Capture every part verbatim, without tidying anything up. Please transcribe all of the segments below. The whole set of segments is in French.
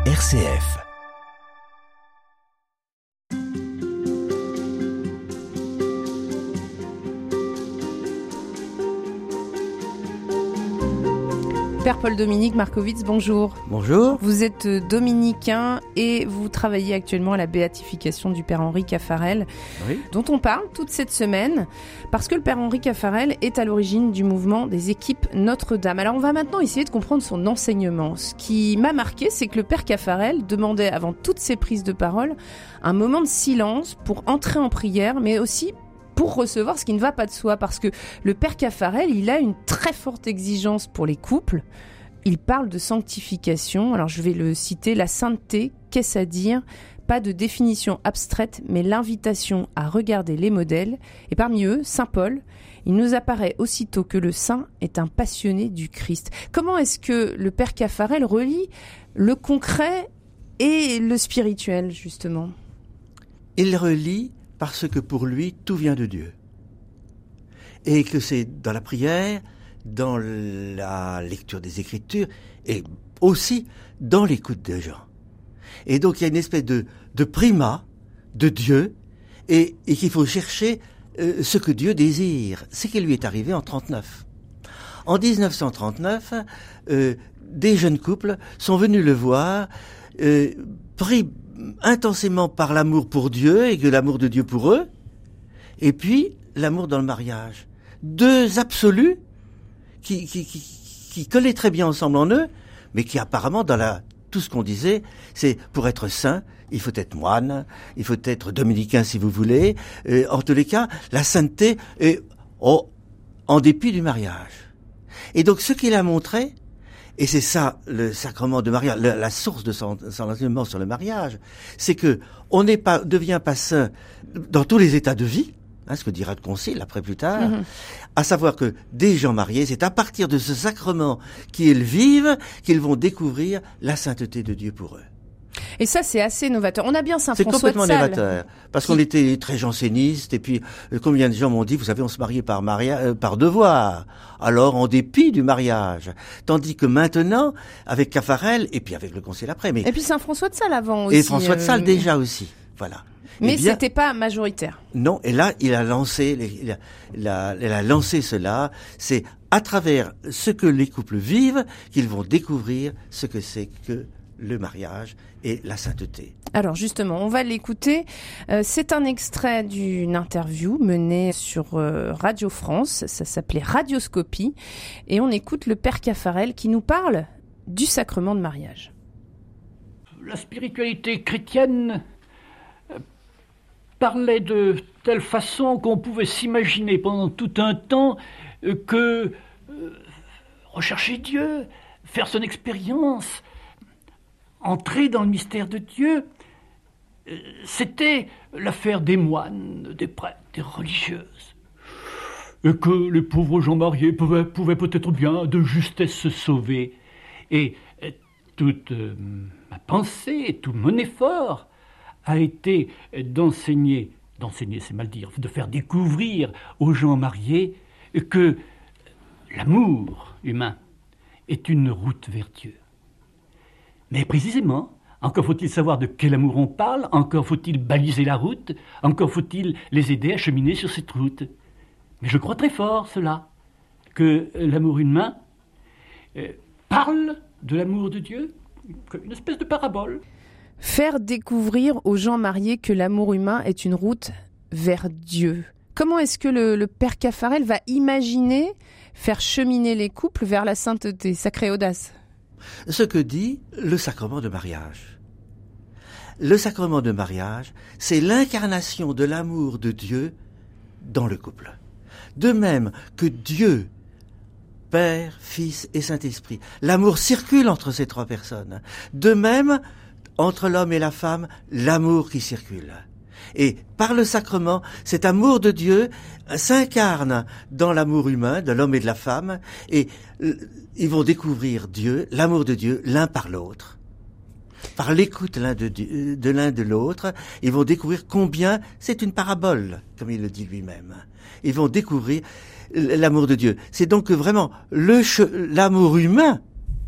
R C F. Père Paul Dominique Markovitz, bonjour. Bonjour. Vous êtes dominicain et vous travaillez actuellement à la béatification du Père Henri Caffarel, oui. dont on parle toute cette semaine, parce que le Père Henri Caffarel est à l'origine du mouvement des équipes Notre-Dame. Alors on va maintenant essayer de comprendre son enseignement. Ce qui m'a marqué, c'est que le Père Caffarel demandait avant toutes ses prises de parole un moment de silence pour entrer en prière, mais aussi pour recevoir ce qui ne va pas de soi, parce que le Père Caffarel, il a une très forte exigence pour les couples. Il parle de sanctification. Alors je vais le citer: la sainteté, qu'est-ce à dire ? Pas de définition abstraite, mais l'invitation à regarder les modèles. Et parmi eux, Saint Paul, il nous apparaît aussitôt que le saint est un passionné du Christ. Comment est-ce que le Père Caffarel relie le concret et le spirituel, justement ? Il relie parce que pour lui, tout vient de Dieu. Et que c'est dans la prière, dans la lecture des Écritures, et aussi dans l'écoute des gens. Et donc il y a une espèce de, de primat de Dieu, et, et qu'il faut chercher euh, ce que Dieu désire. C'est ce qui lui est arrivé en trente-neuf. En dix-neuf cent trente-neuf, euh, des jeunes couples sont venus le voir, euh, pris intensément par l'amour pour Dieu et que l'amour de Dieu pour eux, et puis l'amour dans le mariage. Deux absolus qui, qui, qui, qui collaient très bien ensemble en eux, mais qui apparemment, dans la, tout ce qu'on disait, c'est pour être saint, il faut être moine, il faut être dominicain si vous voulez. Euh, en tous les cas, la sainteté est oh, en dépit du mariage. Et donc ce qu'il a montré, et c'est ça le sacrement de mariage, la, la source de son, son enseignement sur le mariage, c'est que on n'est pas, devient pas saint dans tous les états de vie, hein, ce que dira le Concile après plus tard, mmh. à savoir que des gens mariés, c'est à partir de ce sacrement qu'ils vivent qu'ils vont découvrir la sainteté de Dieu pour eux. Et ça, c'est assez novateur. On a bien Saint c'est François de Sales. C'est complètement novateur. Parce qui... qu'on était très jansénistes, et puis, euh, combien de gens m'ont dit, vous savez, on se mariait par maria... euh, par devoir. Alors, en dépit du mariage. Tandis que maintenant, avec Caffarel, et puis avec le Concile après, mais... Et puis Saint François de Sales avant aussi. Et François de Sales euh... déjà aussi. Voilà. Mais eh bien, c'était pas majoritaire. Non, et là, il a lancé, il a, il a, il a lancé cela. C'est à travers ce que les couples vivent qu'ils vont découvrir ce que c'est que le mariage et la sainteté. Alors justement, on va l'écouter. Euh, c'est un extrait d'une interview menée sur euh, Radio France. Ça s'appelait Radioscopie. Et on écoute le Père Caffarel qui nous parle du sacrement de mariage. La spiritualité chrétienne parlait de telle façon qu'on pouvait s'imaginer pendant tout un temps que euh, rechercher Dieu, faire son expérience, entrer dans le mystère de Dieu, c'était l'affaire des moines, des prêtres, des religieuses. Et que les pauvres gens mariés pouvaient, pouvaient peut-être bien de justesse se sauver. Et toute euh, ma pensée, tout mon effort a été d'enseigner, d'enseigner c'est mal dire, de faire découvrir aux gens mariés que l'amour humain est une route vers Dieu. Mais précisément, encore faut-il savoir de quel amour on parle, encore faut-il baliser la route, encore faut-il les aider à cheminer sur cette route. Mais je crois très fort cela, que l'amour humain euh, parle de l'amour de Dieu, une espèce de parabole. Faire découvrir aux gens mariés que l'amour humain est une route vers Dieu. Comment est-ce que le, le Père Caffarel va imaginer faire cheminer les couples vers la sainteté ? Sacrée audace. Ce que dit le sacrement de mariage. Le sacrement de mariage, c'est l'incarnation de l'amour de Dieu dans le couple. De même que Dieu, Père, Fils et Saint-Esprit, l'amour circule entre ces trois personnes. De même, entre l'homme et la femme, l'amour qui circule. Et par le sacrement, cet amour de Dieu s'incarne dans l'amour humain de l'homme et de la femme, et ils vont découvrir Dieu, l'amour de Dieu, l'un par l'autre. Par l'écoute l'un de, de l'un de l'autre, ils vont découvrir combien c'est une parabole, comme il le dit lui-même. Ils vont découvrir l'amour de Dieu. C'est donc vraiment le l'amour humain,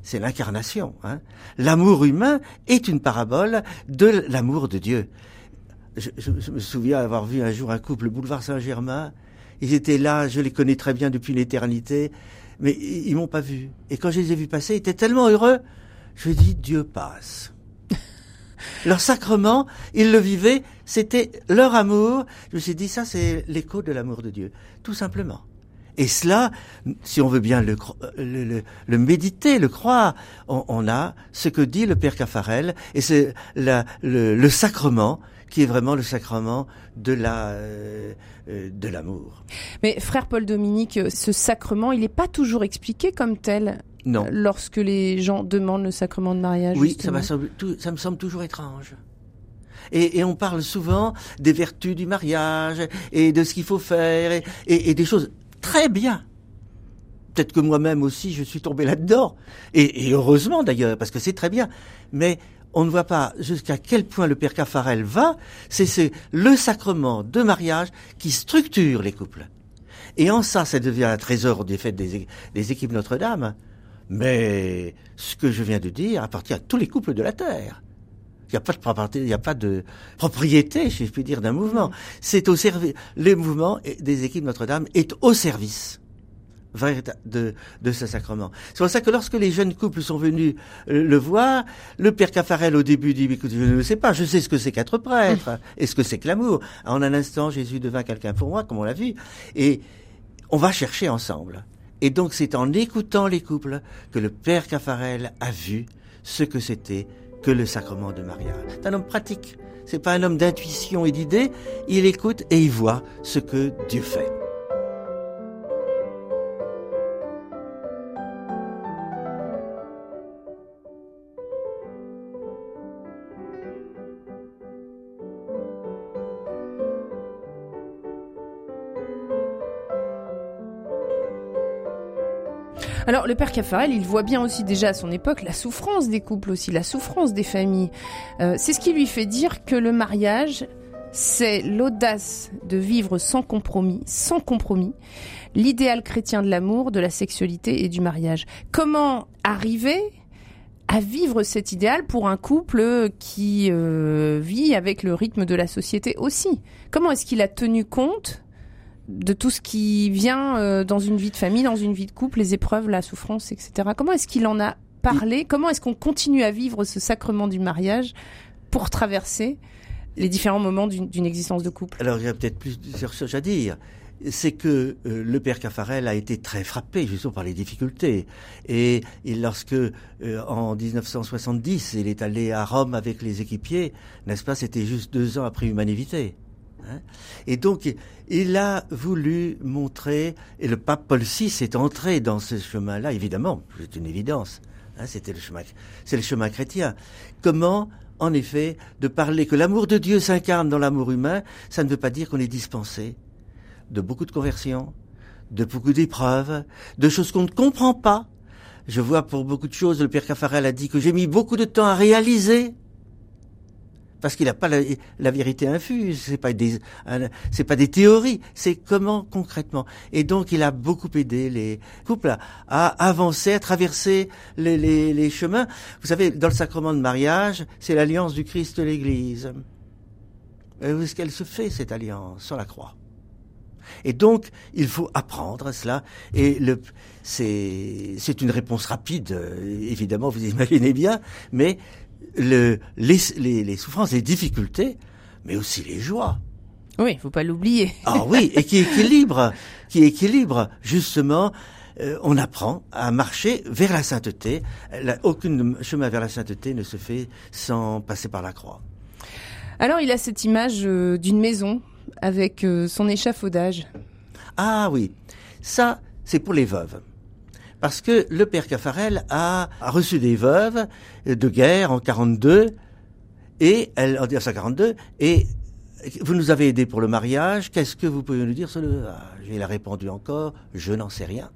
c'est l'incarnation. Hein. L'amour humain est une parabole de l'amour de Dieu. Je, je, je me souviens avoir vu un jour un couple, boulevard Saint-Germain. Ils étaient là, je les connais très bien depuis l'éternité, mais ils, ils m'ont pas vu. Et quand je les ai vus passer, ils étaient tellement heureux. Je dis, Dieu passe. Leur sacrement, ils le vivaient, c'était leur amour. Je me suis dit, ça c'est l'écho de l'amour de Dieu, tout simplement. Et cela, si on veut bien le, le, le, le méditer, le croire, on, on a ce que dit le Père Caffarel, et c'est la, le, le sacrement qui est vraiment le sacrement de la euh, de l'amour. Mais frère Paul Dominique, ce sacrement, il n'est pas toujours expliqué comme tel. Non. Lorsque les gens demandent le sacrement de mariage. Oui, ça, semble, tout, ça me semble toujours étrange. Et, et on parle souvent des vertus du mariage et de ce qu'il faut faire et, et, et des choses très bien. Peut-être que moi-même aussi, je suis tombé là-dedans. Et, et heureusement d'ailleurs, parce que c'est très bien. Mais on ne voit pas jusqu'à quel point le Père Caffarel va. C'est, c'est le sacrement de mariage qui structure les couples. Et en ça, ça devient un trésor des fêtes des, des équipes Notre-Dame. Mais ce que je viens de dire appartient à tous les couples de la Terre. Il n'y a pas de propriété, il n'y a pas de propriété, si je puis dire, d'un mouvement. C'est au service, le mouvement des équipes Notre-Dame est au service de, de ce sacrement. C'est pour ça que lorsque les jeunes couples sont venus le voir, le Père Caffarel au début dit, écoute, je ne sais pas, je sais ce que c'est qu'être prêtre, et ce que c'est que l'amour. En un instant, Jésus devint quelqu'un pour moi, comme on l'a vu, et on va chercher ensemble. Et donc c'est en écoutant les couples que le Père Caffarel a vu ce que c'était que le sacrement de mariage. C'est un homme pratique, c'est pas un homme d'intuition et d'idées, il écoute et il voit ce que Dieu fait. Alors, le Père Caffarel, il voit bien aussi déjà à son époque la souffrance des couples aussi, la souffrance des familles. Euh, c'est ce qui lui fait dire que le mariage, c'est l'audace de vivre sans compromis, sans compromis, l'idéal chrétien de l'amour, de la sexualité et du mariage. Comment arriver à vivre cet idéal pour un couple qui euh, vit avec le rythme de la société aussi? Comment est-ce qu'il a tenu compte de tout ce qui vient euh, dans une vie de famille, dans une vie de couple, les épreuves, la souffrance, et cetera. Comment est-ce qu'il en a parlé? Comment est-ce qu'on continue à vivre ce sacrement du mariage pour traverser les différents moments d'une, d'une existence de couple? Alors, il y a peut-être plusieurs choses à dire. C'est que euh, le Père Caffarel a été très frappé justement par les difficultés. Et, et lorsque, euh, en dix-neuf cent soixante-dix, il est allé à Rome avec les équipiers, n'est-ce pas, c'était juste deux ans après Humanité. Hein, et donc, il a voulu montrer, et le pape Paul six est entré dans ce chemin-là, évidemment, c'est une évidence, hein, c'était le chemin, c'est le chemin chrétien. Comment, en effet, de parler que l'amour de Dieu s'incarne dans l'amour humain, ça ne veut pas dire qu'on est dispensé de beaucoup de conversions, de beaucoup d'épreuves, de choses qu'on ne comprend pas. Je vois pour beaucoup de choses, le Père Caffarel a dit que j'ai mis beaucoup de temps à réaliser, parce qu'il n'a pas la, la vérité infuse, c'est pas des, c'est pas des théories, c'est comment concrètement. Et donc il a beaucoup aidé les couples à, à avancer, à traverser les, les, les chemins. Vous savez, dans le sacrement de mariage, c'est l'alliance du Christ et l'Église. Et où est-ce qu'elle se fait, cette alliance? Sur la croix. Et donc, il faut apprendre cela. Et le, c'est, c'est une réponse rapide, évidemment, vous imaginez bien, mais le, les, les, les souffrances, les difficultés, mais aussi les joies. Oui, il faut pas l'oublier. Ah oui, et qui équilibre, qui équilibre, justement, euh, on apprend à marcher vers la sainteté. La, aucun chemin vers la sainteté ne se fait sans passer par la croix. Alors, il a cette image euh, d'une maison avec euh, son échafaudage. Ah oui, ça, c'est pour les veuves. Parce que le Père Caffarel a, a reçu des veuves de guerre en quarante-deux, et elle, en dix-neuf cent quarante-deux, et vous nous avez aidés pour le mariage, qu'est-ce que vous pouvez nous dire sur le... Ah, il a répondu encore, je n'en sais rien.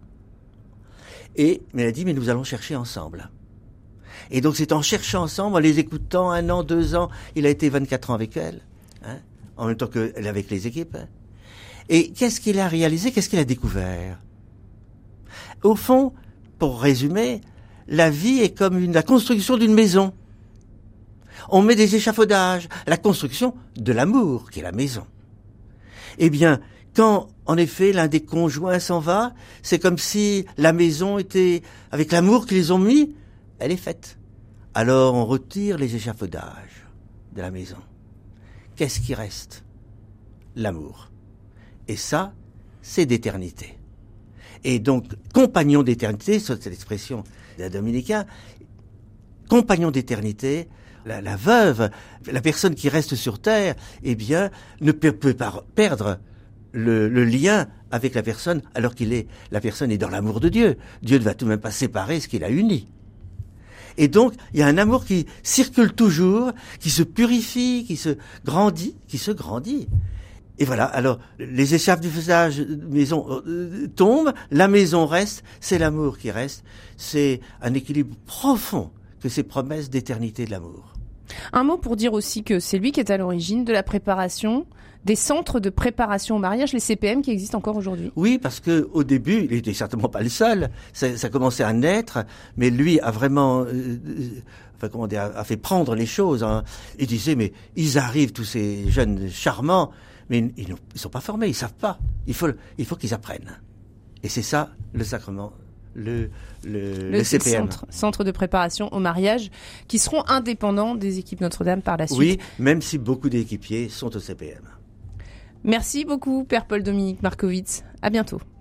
Et, mais elle a dit, mais nous allons chercher ensemble. Et donc c'est en cherchant ensemble, en les écoutant un an, deux ans, il a été vingt-quatre ans avec elle, hein, en même temps qu'elle avec les équipes. Et qu'est-ce qu'il a réalisé, qu'est-ce qu'il a découvert? Au fond, pour résumer, la vie est comme une, la construction d'une maison. On met des échafaudages, la construction de l'amour, qui est la maison. Eh bien, quand, en effet, l'un des conjoints s'en va, c'est comme si la maison était, avec l'amour qu'ils ont mis, elle est faite. Alors, on retire les échafaudages de la maison. Qu'est-ce qui reste? L'amour. Et ça, c'est d'éternité. Et donc, compagnon d'éternité, c'est l'expression d'un dominicain, compagnon d'éternité, la, la veuve, la personne qui reste sur terre, eh bien, ne peut, peut pas perdre le, le lien avec la personne, alors qu'il est, la personne est dans l'amour de Dieu. Dieu ne va tout de même pas séparer ce qu'il a uni. Et donc, il y a un amour qui circule toujours, qui se purifie, qui se grandit, qui se grandit. Et voilà, alors, les échafaudages de maison euh, tombent, la maison reste, c'est l'amour qui reste, c'est un équilibre profond que ces promesses d'éternité de l'amour. Un mot pour dire aussi que c'est lui qui est à l'origine de la préparation des centres de préparation au mariage, les C P M, qui existent encore aujourd'hui. Oui, parce que au début, il était certainement pas le seul. Ça, ça commençait à naître, mais lui a vraiment, euh, enfin comment dire, a fait prendre les choses. Hein. Il disait, mais ils arrivent tous ces jeunes charmants, mais ils ne sont pas formés, ils savent pas. Il faut, il faut qu'ils apprennent. Et c'est ça le sacrement. Le, le, le, le C P M. Centre, centre de préparation au mariage, qui seront indépendants des équipes Notre-Dame par la suite. Oui, même si beaucoup d'équipiers sont au C P M. Merci beaucoup, Père Paul-Dominique Markovits. À bientôt.